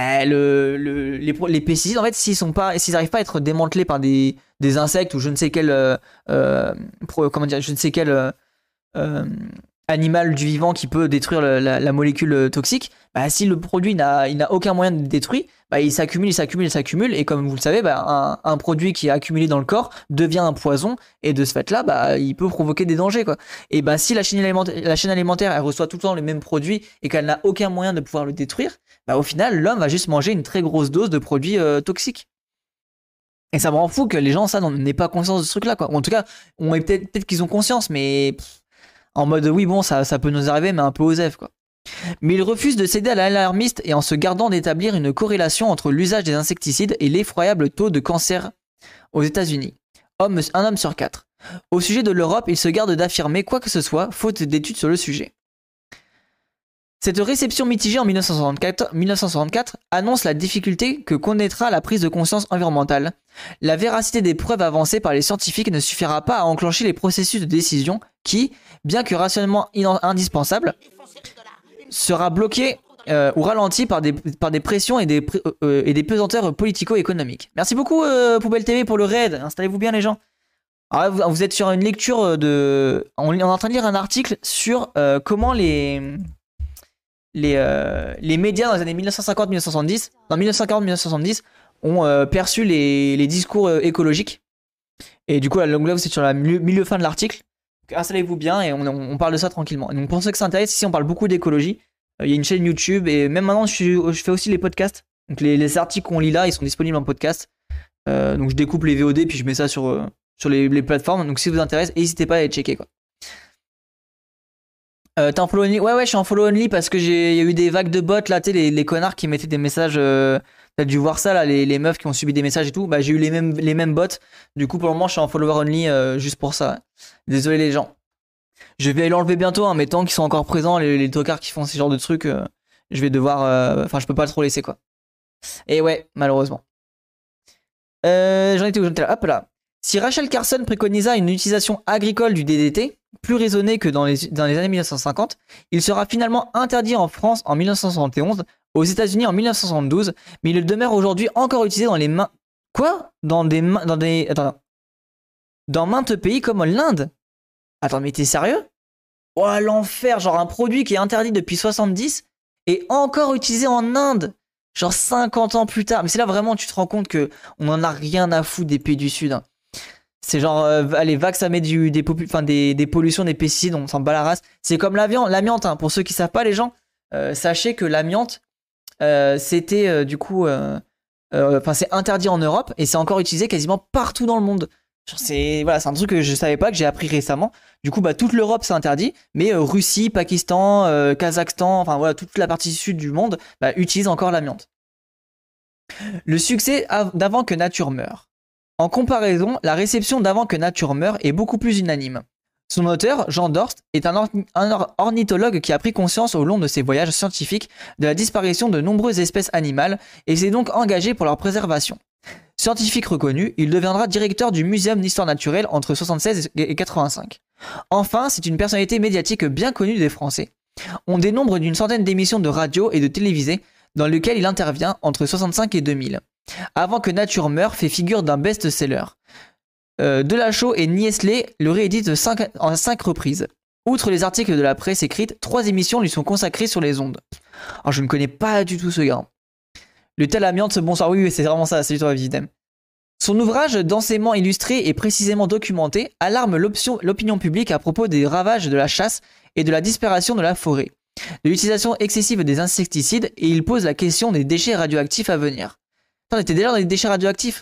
les pesticides en fait s'ils n'arrivent pas à être démantelés par des insectes ou je ne sais quel animal du vivant qui peut détruire la molécule toxique, si le produit n'a aucun moyen de le détruire, il s'accumule, et comme vous le savez, un produit qui est accumulé dans le corps devient un poison, et de ce fait-là, il peut provoquer des dangers, quoi. Et si la chaîne alimentaire, elle reçoit tout le temps les mêmes produits, et qu'elle n'a aucun moyen de pouvoir le détruire, au final, l'homme va juste manger une très grosse dose de produits toxiques. Et ça me rend fou que les gens, ça, n'aient pas conscience de ce truc-là, quoi. Ou en tout cas, peut-être qu'ils ont conscience, mais... en mode oui bon ça peut nous arriver mais un peu osef quoi. Mais il refuse de céder à l'alarmiste et en se gardant d'établir une corrélation entre l'usage des insecticides et l'effroyable taux de cancer aux États-Unis. Un homme sur 4. Au sujet de l'Europe, il se garde d'affirmer quoi que ce soit, faute d'études sur le sujet. Cette réception mitigée en 1964 annonce la difficulté que connaîtra la prise de conscience environnementale. La véracité des preuves avancées par les scientifiques ne suffira pas à enclencher les processus de décision qui, bien que rationnellement indispensable, sera bloqué ou ralenti par des pressions et des pesanteurs politico-économiques. Merci beaucoup Poubelle TV pour le raid, installez-vous bien les gens. Alors là, vous êtes sur une lecture on est en train de lire un article sur comment les médias dans les années 1940-1970 ont perçu les discours écologiques. Et du coup, là, vous êtes sur la milieu-fin de l'article. Installez-vous bien et on parle de ça tranquillement. Et donc, pour ceux qui s'intéressent, ici, on parle beaucoup d'écologie. Il y a une chaîne YouTube et même maintenant, je fais aussi les podcasts. Donc, les articles qu'on lit là, ils sont disponibles en podcast. Donc, je découpe les VOD puis je mets ça sur les plateformes. Donc, si vous intéresse, n'hésitez pas à les checker, quoi. T'es en follow only? Ouais, ouais, je suis en follow only parce que y a eu des vagues de bots là, tu sais, les connards qui mettaient des messages. T'as dû voir ça là, les meufs qui ont subi des messages et tout. Bah, j'ai eu les mêmes bots. Du coup, pour le moment, je suis en follower only juste pour ça. Ouais. Désolé les gens. Je vais l'enlever bientôt, hein, mais tant qu'ils sont encore présents, les tocards qui font ce genre de trucs, je vais devoir. Enfin, je peux pas trop laisser quoi. Et ouais, malheureusement. J'en étais où? J'en étais là. Hop là. Si Rachel Carson préconisa une utilisation agricole du DDT, plus raisonnée que dans les années 1950, il sera finalement interdit en France en 1971, aux États-Unis en 1972, mais il demeure aujourd'hui encore utilisé dans les mains. Quoi? Attends. Dans maintes pays comme l'Inde. Attends, mais t'es sérieux? Oh, l'enfer! Genre un produit qui est interdit depuis 70 et encore utilisé en Inde. Genre 50 ans plus tard. Mais c'est là vraiment tu te rends compte que on en a rien à foutre des pays du Sud. Hein. C'est genre, allez, vague, ça met des pollutions, des pesticides, on s'en bat la race. C'est comme l'amiante, hein. Pour ceux qui savent pas, les gens, sachez que l'amiante, c'était c'est interdit en Europe et c'est encore utilisé quasiment partout dans le monde. Genre, c'est un truc que je savais pas, que j'ai appris récemment. Du coup, bah, toute l'Europe, c'est interdit, mais Russie, Pakistan, Kazakhstan, enfin voilà, toute la partie sud du monde, bah, utilise encore l'amiante. Le succès d'Avant que nature meure. En comparaison, la réception d'Avant que nature meure est beaucoup plus unanime. Son auteur, Jean Dorst, est un ornithologue qui a pris conscience au long de ses voyages scientifiques de la disparition de nombreuses espèces animales et s'est donc engagé pour leur préservation. Scientifique reconnu, il deviendra directeur du Muséum d'histoire naturelle entre 1976 et 1985. Enfin, c'est une personnalité médiatique bien connue des Français. On dénombre d'une centaine d'émissions de radio et de télévisées dans lesquelles il intervient entre 1965 et 2000. Avant que nature meure fait figure d'un best-seller. Delachaux et Niesley le rééditent en 5 reprises. Outre les articles de la presse écrite, 3 émissions lui sont consacrées sur les ondes. Alors je ne connais pas du tout ce gars. Le tel amiante, ce bonsoir, oui, c'est vraiment ça, salut toi, Videm. Son ouvrage, densément illustré et précisément documenté, alarme l'opinion publique à propos des ravages de la chasse et de la disparition de la forêt, de l'utilisation excessive des insecticides, et il pose la question des déchets radioactifs à venir. On était déjà dans les déchets radioactifs.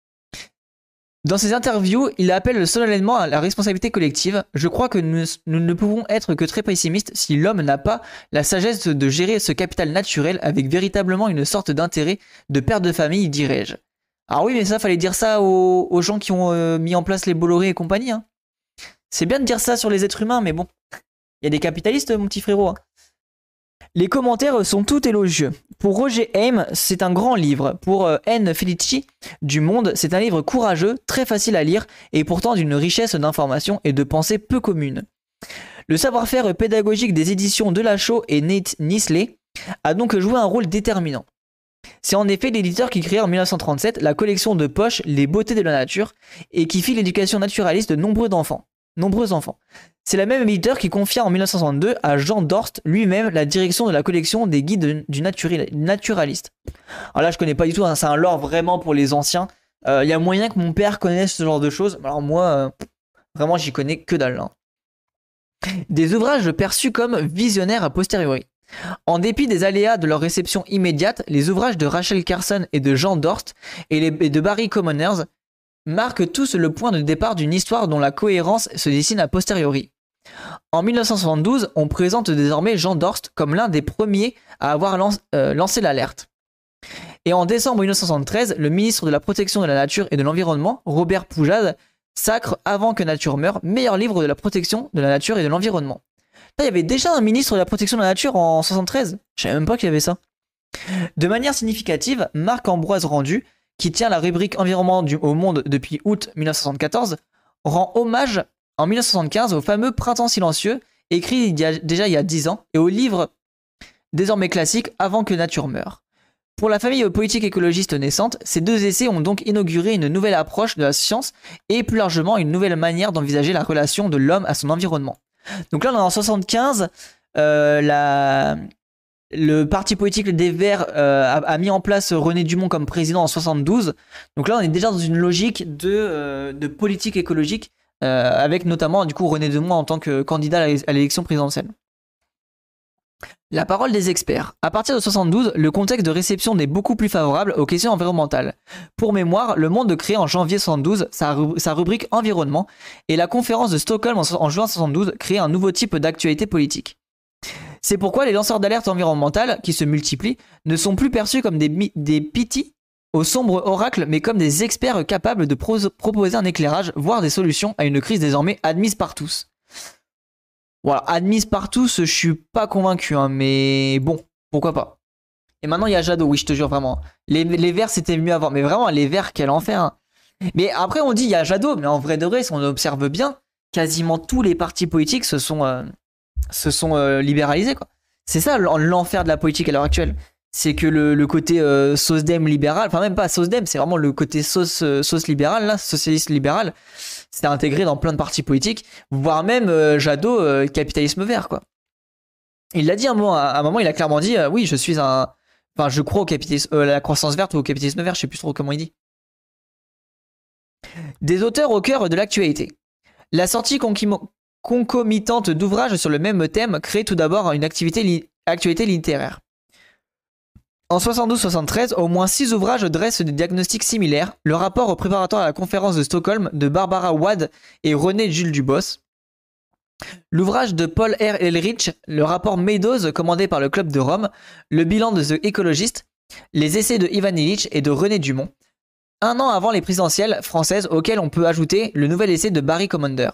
Dans ses interviews, il appelle solennellement à la responsabilité collective. Je crois que nous ne pouvons être que très pessimistes si l'homme n'a pas la sagesse de gérer ce capital naturel avec véritablement une sorte d'intérêt de père de famille, dirais-je. Alors oui, mais ça, fallait dire ça aux gens qui ont mis en place les Bolloré et compagnie. Hein. C'est bien de dire ça sur les êtres humains, mais bon. Il y a des capitalistes, mon petit frérot. Hein. Les commentaires sont tout élogieux. Pour Roger Haim, c'est un grand livre. Pour N. Felici, du Monde, c'est un livre courageux, très facile à lire et pourtant d'une richesse d'informations et de pensées peu communes. Le savoir-faire pédagogique des éditions Delachaux et Niesley a donc joué un rôle déterminant. C'est en effet l'éditeur qui créa en 1937 la collection de poche Les Beautés de la Nature et qui fit l'éducation naturaliste de nombreux enfants. C'est la même éditeur qui confia en 1962 à Jean Dorst lui-même la direction de la collection des guides du naturaliste. Alors là, je connais pas du tout, hein, c'est un lore vraiment pour les anciens. Il y a moyen que mon père connaisse ce genre de choses. Alors moi, vraiment, j'y connais que dalle. Hein. Des ouvrages perçus comme visionnaires a posteriori. En dépit des aléas de leur réception immédiate, les ouvrages de Rachel Carson et de Jean Dorst et de Barry Commoners marquent tous le point de départ d'une histoire dont la cohérence se dessine a posteriori. En 1972, on présente désormais Jean Dorst comme l'un des premiers à avoir lancé l'alerte. Et en décembre 1973, le ministre de la Protection de la Nature et de l'Environnement, Robert Poujade, sacre Avant que nature meure, meilleur livre de la protection de la nature et de l'environnement. Là, il y avait déjà un ministre de la Protection de la Nature en 1973. Je savais même pas qu'il y avait ça. De manière significative, Marc-Ambroise Rendu, qui tient la rubrique environnement au Monde depuis août 1974, rend hommage en 1975 au fameux Printemps silencieux, écrit déjà il y a 10 ans, et au livre désormais classique Avant que nature meure. Pour la famille politique écologiste naissante, ces 2 essais ont donc inauguré une nouvelle approche de la science et plus largement une nouvelle manière d'envisager la relation de l'homme à son environnement. Donc là on est en 75, le parti politique des Verts a mis en place René Dumont comme président en 72. Donc là on est déjà dans une logique de politique écologique avec notamment du coup René Dumont en tant que candidat à l'élection présidentielle. La parole des experts. À partir de 72, le contexte de réception n'est beaucoup plus favorable aux questions environnementales. Pour mémoire, Le Monde crée en janvier 72 sa rubrique environnement et la conférence de Stockholm en juin 72 crée un nouveau type d'actualité politique. C'est pourquoi les lanceurs d'alerte environnementale, qui se multiplient, ne sont plus perçus comme des pitis au sombre oracle, mais comme des experts capables de proposer un éclairage, voire des solutions à une crise désormais admise par tous. Voilà, admise par tous, je suis pas convaincu, hein, mais bon, pourquoi pas. Et maintenant il y a Jadot, oui je te jure vraiment. Les Verts c'était mieux avant, mais vraiment les Verts quel enfer. Hein. Mais après on dit il y a Jadot, mais en vrai de vrai, si on observe bien, quasiment tous les partis politiques se sont libéralisés quoi. C'est ça l'enfer de la politique à l'heure actuelle. C'est que le côté SOSDEM libéral, enfin même pas SOSDEM, c'est vraiment le côté sauce libéral, là, socialiste libéral, c'est intégré dans plein de partis politiques, voire même Jadot, capitalisme vert, quoi. Il l'a dit à un moment, il a clairement dit, oui, je suis un... Enfin, je crois au capitalisme, la croissance verte ou au capitalisme vert, je sais plus trop comment il dit. Des auteurs au cœur de l'actualité. La sortie concomitante d'ouvrages sur le même thème crée tout d'abord une actualité littéraire. En 72-73, au moins 6 ouvrages dressent des diagnostics similaires. Le rapport préparatoire à la conférence de Stockholm de Barbara Wade et René Jules Dubos. L'ouvrage de Paul R. Ehrlich, le rapport Meadows commandé par le Club de Rome. Le bilan de The Ecologist. Les essais de Ivan Illich et de René Dumont. Un an avant les présidentielles françaises auxquelles on peut ajouter le nouvel essai de Barry Commoner.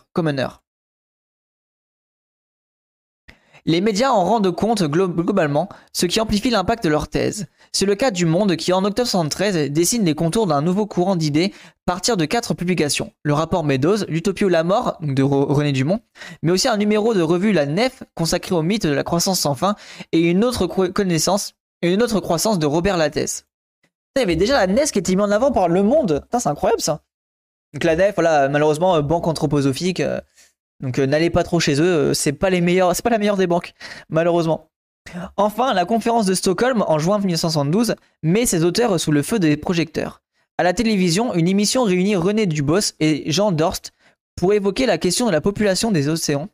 Les médias en rendent compte globalement, ce qui amplifie l'impact de leur thèse. C'est le cas du Monde qui, en octobre 73, dessine les contours d'un nouveau courant d'idées à partir de 4 publications. Le rapport Meadows, l'Utopie ou la mort, de René Dumont, mais aussi un numéro de revue La Nef, consacré au mythe de la croissance sans fin, et une autre croissance de Robert Lattès. Il y avait déjà la NES qui était mise en avant par Le Monde. C'est incroyable ça. Donc la Nef, voilà, malheureusement, banque anthroposophique... Donc n'allez pas trop chez eux, c'est pas la meilleure des banques, malheureusement. Enfin, la conférence de Stockholm en juin 1972 met ses auteurs sous le feu des projecteurs. À la télévision, une émission réunit René Dubos et Jean Dorst pour évoquer la question de la pollution des océans.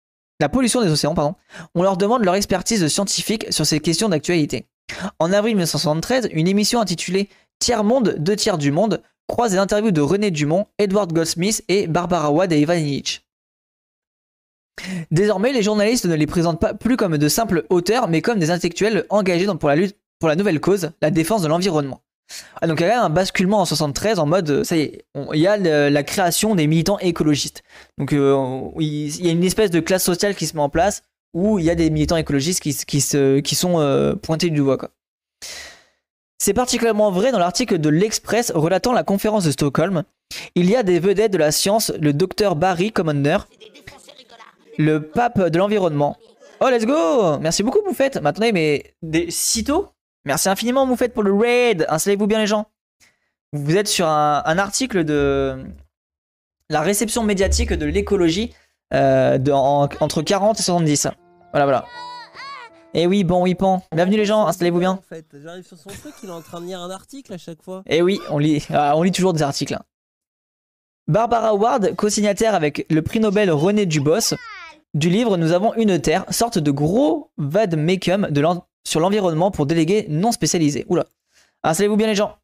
On leur demande leur expertise scientifique sur ces questions d'actualité. En avril 1973, une émission intitulée Tiers Monde, 2 tiers du monde croise les interviews de René Dumont, Edward Goldsmith et Barbara Wade et Ivan Illich. Désormais, les journalistes ne les présentent pas plus comme de simples auteurs, mais comme des intellectuels engagés pour la lutte pour la nouvelle cause, la défense de l'environnement. Donc il y a un basculement en 73 en mode, ça y est, il y a la création des militants écologistes. Donc il y a une espèce de classe sociale qui se met en place, où il y a des militants écologistes qui sont pointés du doigt, quoi. C'est particulièrement vrai dans l'article de l'Express relatant la conférence de Stockholm. Il y a des vedettes de la science, le docteur Barry Commoner, le pape de l'environnement. Oh, let's go! Merci beaucoup, Moufette. Mais attendez, mais sitôt? Merci infiniment, Moufette, pour le raid. Installez-vous bien, les gens. Vous êtes sur un article de la réception médiatique de l'écologie entre 40 et 70. Voilà. Et oui, bon, pan. Bienvenue, les gens. Installez-vous bien. En fait, j'arrive sur son truc, il est en train de lire un article à chaque fois. Et oui, on lit toujours des articles. Hein. Barbara Ward, co-signataire avec le prix Nobel René Dubos, du livre Nous avons une Terre, sorte de gros vade-mecum sur l'environnement pour délégués non spécialisés. Oula. Installez-vous bien les gens.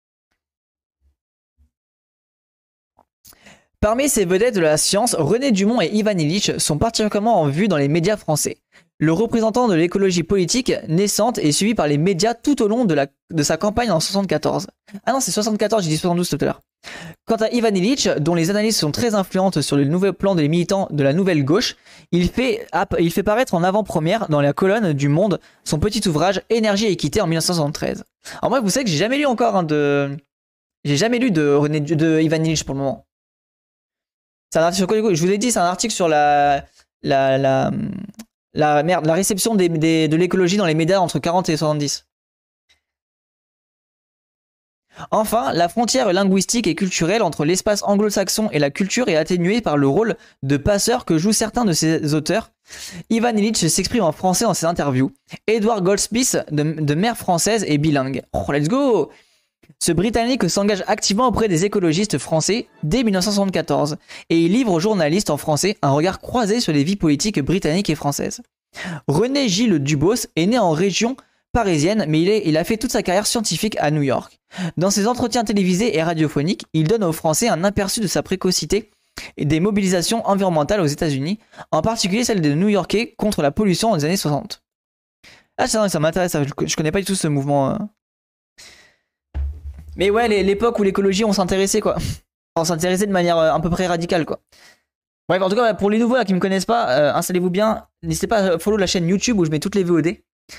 Parmi ces vedettes de la science, René Dumont et Ivan Illich sont particulièrement en vue dans les médias français. Le représentant de l'écologie politique naissante est suivi par les médias tout au long de sa campagne en 74. Ah non, c'est 74, j'ai dit 72 tout à l'heure. Quant à Ivan Illich, dont les analyses sont très influentes sur le nouvel plan des militants de la nouvelle gauche, il fait paraître en avant-première dans la colonne du Monde son petit ouvrage Énergie et équité en 1973. Alors moi, vous savez que j'ai jamais lu encore j'ai jamais lu de Ivan Illich pour le moment. C'est un article sur je vous ai dit, c'est un article sur la réception de l'écologie dans les médias entre 40 et 70. Enfin, la frontière linguistique et culturelle entre l'espace anglo-saxon et la culture est atténuée par le rôle de passeur que jouent certains de ses auteurs. Ivan Illich s'exprime en français dans ses interviews. Edward Goldsmith, de mère française, est bilingue. Oh, let's go! Ce Britannique s'engage activement auprès des écologistes français dès 1974 et il livre aux journalistes en français un regard croisé sur les vies politiques britanniques et françaises. René Gilles Dubos est né en région parisienne, mais il a fait toute sa carrière scientifique à New York. Dans ses entretiens télévisés et radiophoniques, il donne aux Français un aperçu de sa précocité et des mobilisations environnementales aux États-Unis, en particulier celle des New-Yorkais contre la pollution dans les années 60. Ah, ça m'intéresse, je connais pas du tout ce mouvement. Mais ouais, l'époque où l'écologie, on s'intéressait, quoi. On s'intéressait de manière à peu près radicale, quoi. Bref, en tout cas, pour les nouveaux là, qui me connaissent pas, installez-vous bien. N'hésitez pas à follow la chaîne YouTube où je mets toutes les VOD.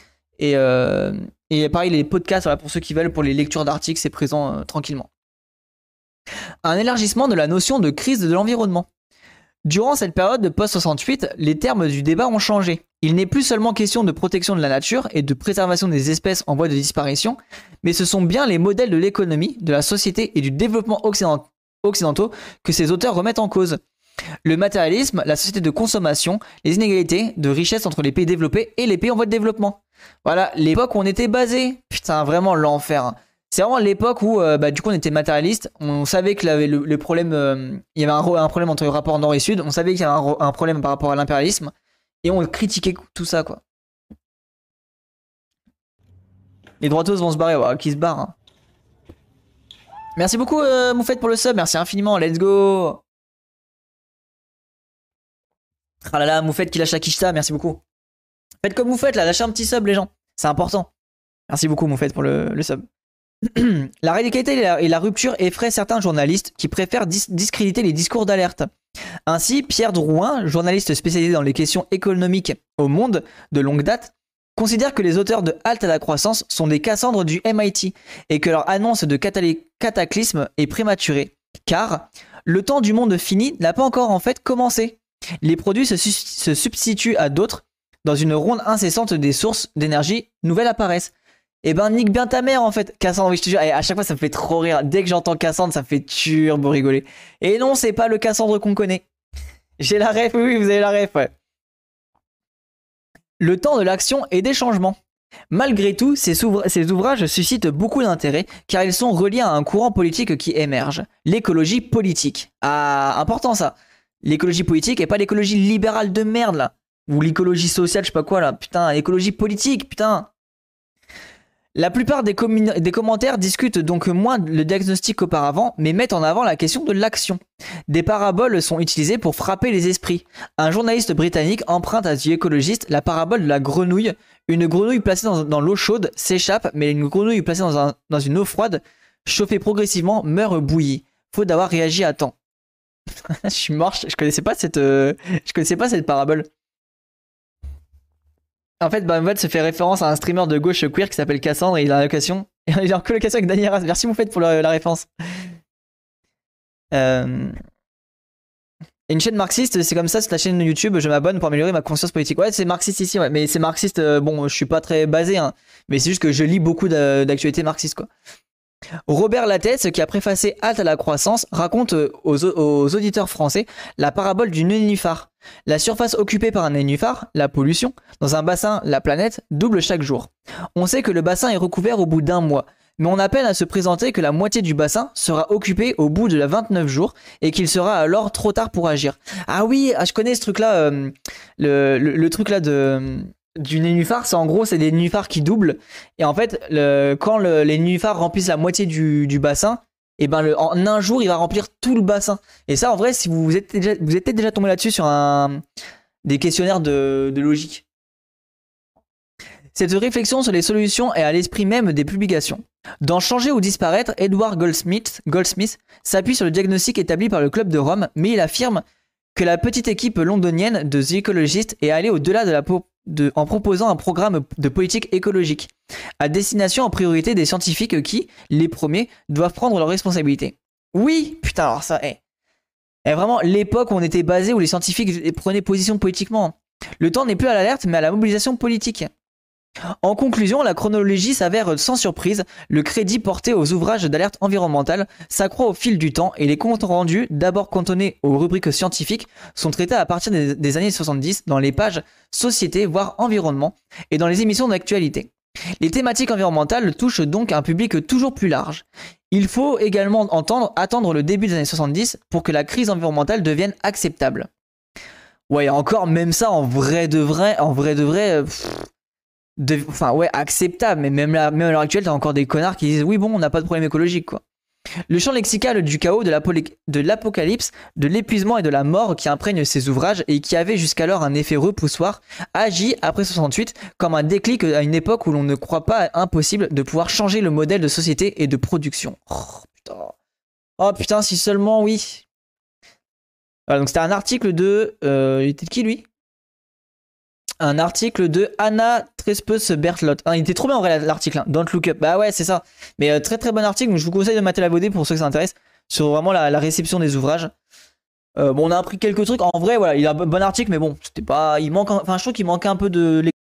Et pareil, les podcasts, voilà, pour ceux qui veulent, pour les lectures d'articles, c'est présent tranquillement. Un élargissement de la notion de crise de l'environnement. Durant cette période de post-68, les termes du débat ont changé. Il n'est plus seulement question de protection de la nature et de préservation des espèces en voie de disparition, mais ce sont bien les modèles de l'économie, de la société et du développement occidentaux que ces auteurs remettent en cause. Le matérialisme, la société de consommation, les inégalités de richesse entre les pays développés et les pays en voie de développement. Voilà, l'époque où on était basé. Putain, vraiment l'enfer. C'est vraiment l'époque où du coup on était matérialiste. On savait qu'il y avait le problème, il y avait un problème entre le rapport nord et sud. On savait qu'il y avait un problème par rapport à l'impérialisme. Et on critiquait tout ça, quoi. Les droitos vont se barrer, ouais, qui se barrent. Hein. Merci beaucoup Moufette pour le sub, merci infiniment, let's go. Ah là là, Moufette qui lâche la quicheta, merci beaucoup. Faites comme Moufette là, lâchez un petit sub les gens, c'est important. Merci beaucoup Moufette pour le sub. La radicalité et la rupture effraient certains journalistes qui préfèrent discréditer les discours d'alerte. Ainsi, Pierre Drouin, journaliste spécialisé dans les questions économiques au Monde de longue date, considère que les auteurs de Halte à la croissance sont des Cassandres du MIT et que leur annonce de cataclysme est prématurée, car le temps du monde fini n'a pas encore en fait commencé. Les produits se substituent à d'autres, dans une ronde incessante des sources d'énergie nouvelles apparaissent. Et ben nique bien ta mère en fait, Cassandre, oui je te jure, et à chaque fois ça me fait trop rire, dès que j'entends Cassandre ça me fait turbo rigoler. Et non c'est pas le Cassandre qu'on connaît. J'ai la ref, oui vous avez la ref, ouais. Le temps de l'action et des changements. Malgré tout, ces ouvrages suscitent beaucoup d'intérêt car ils sont reliés à un courant politique qui émerge, l'écologie politique. Ah, important ça. L'écologie politique et pas l'écologie libérale de merde là. Ou l'écologie sociale, je sais pas quoi là. Putain, l'écologie politique, putain. La plupart des commentaires discutent donc moins le diagnostic qu'auparavant, mais mettent en avant la question de l'action. Des paraboles sont utilisées pour frapper les esprits. Un journaliste britannique emprunte à The Ecologist la parabole de la grenouille. Une grenouille placée dans l'eau chaude s'échappe, mais une grenouille placée dans une eau froide, chauffée progressivement, meurt bouillie. Faute d'avoir réagi à temps. Je suis mort, je connaissais pas cette parabole. En fait, Bamvad se fait référence à un streamer de gauche queer qui s'appelle Cassandre et il est en colocation avec Daniel Arras. Merci Moufette pour la référence. Une chaîne marxiste, c'est comme ça, c'est la chaîne YouTube, je m'abonne pour améliorer ma conscience politique. Ouais, c'est marxiste ici, ouais, mais c'est marxiste, bon, je suis pas très basé, hein, mais c'est juste que je lis beaucoup d'actualités marxistes, quoi. Robert Lattès, qui a préfacé Halte à la croissance, raconte aux auditeurs français la parabole du nénuphar. La surface occupée par un nénuphar, la pollution, dans un bassin, la planète, double chaque jour. On sait que le bassin est recouvert au bout d'un mois, mais on a peine à se présenter que la moitié du bassin sera occupée au bout de 29 jours et qu'il sera alors trop tard pour agir. Ah oui, je connais ce truc-là, le truc là du nénuphar, c'est en gros c'est des nénuphars qui doublent et en fait quand les nénuphars remplissent la moitié du bassin, et ben en un jour il va remplir tout le bassin. Et ça en vrai si vous êtes déjà tombé là-dessus sur des questionnaires de logique. Cette réflexion sur les solutions est à l'esprit même des publications. Dans Changer ou disparaître, Edward Goldsmith s'appuie sur le diagnostic établi par le Club de Rome, mais il affirme que la petite équipe londonienne de The Ecologist est allée au-delà en proposant un programme de politique écologique, à destination en priorité des scientifiques qui, les premiers, doivent prendre leurs responsabilités. Oui, putain, alors ça, vraiment l'époque où on était basé, où les scientifiques prenaient position politiquement. Le temps n'est plus à l'alerte, mais à la mobilisation politique. En conclusion, la chronologie s'avère sans surprise, le crédit porté aux ouvrages d'alerte environnementale s'accroît au fil du temps et les comptes rendus, d'abord cantonnés aux rubriques scientifiques, sont traités à partir des années 70 dans les pages société, voire environnement, et dans les émissions d'actualité. Les thématiques environnementales touchent donc un public toujours plus large. Il faut également attendre le début des années 70 pour que la crise environnementale devienne acceptable. Ouais, encore même ça en vrai de vrai, enfin ouais, acceptable, mais même à l'heure actuelle, t'as encore des connards qui disent oui bon, on n'a pas de problème écologique quoi. Le champ lexical du chaos, de l'apocalypse, de l'épuisement et de la mort qui imprègne ses ouvrages et qui avait jusqu'alors un effet repoussoir, agit après 68 comme un déclic à une époque où l'on ne croit pas impossible de pouvoir changer le modèle de société et de production. Oh putain, si seulement oui. Voilà, donc c'était un article de... il était de qui lui? Un article de Anna Trespus Berthelot. Il était trop bien en vrai l'article, hein. Don't Look Up. Bah ouais, c'est ça. Mais très très bon article, donc je vous conseille de mater la VOD pour ceux que ça intéresse, sur vraiment la réception des ouvrages. Bon, on a appris quelques trucs. En vrai, voilà, il a un bon article, mais bon, c'était pas. Il manque. Enfin, je trouve qu'il manquait un peu de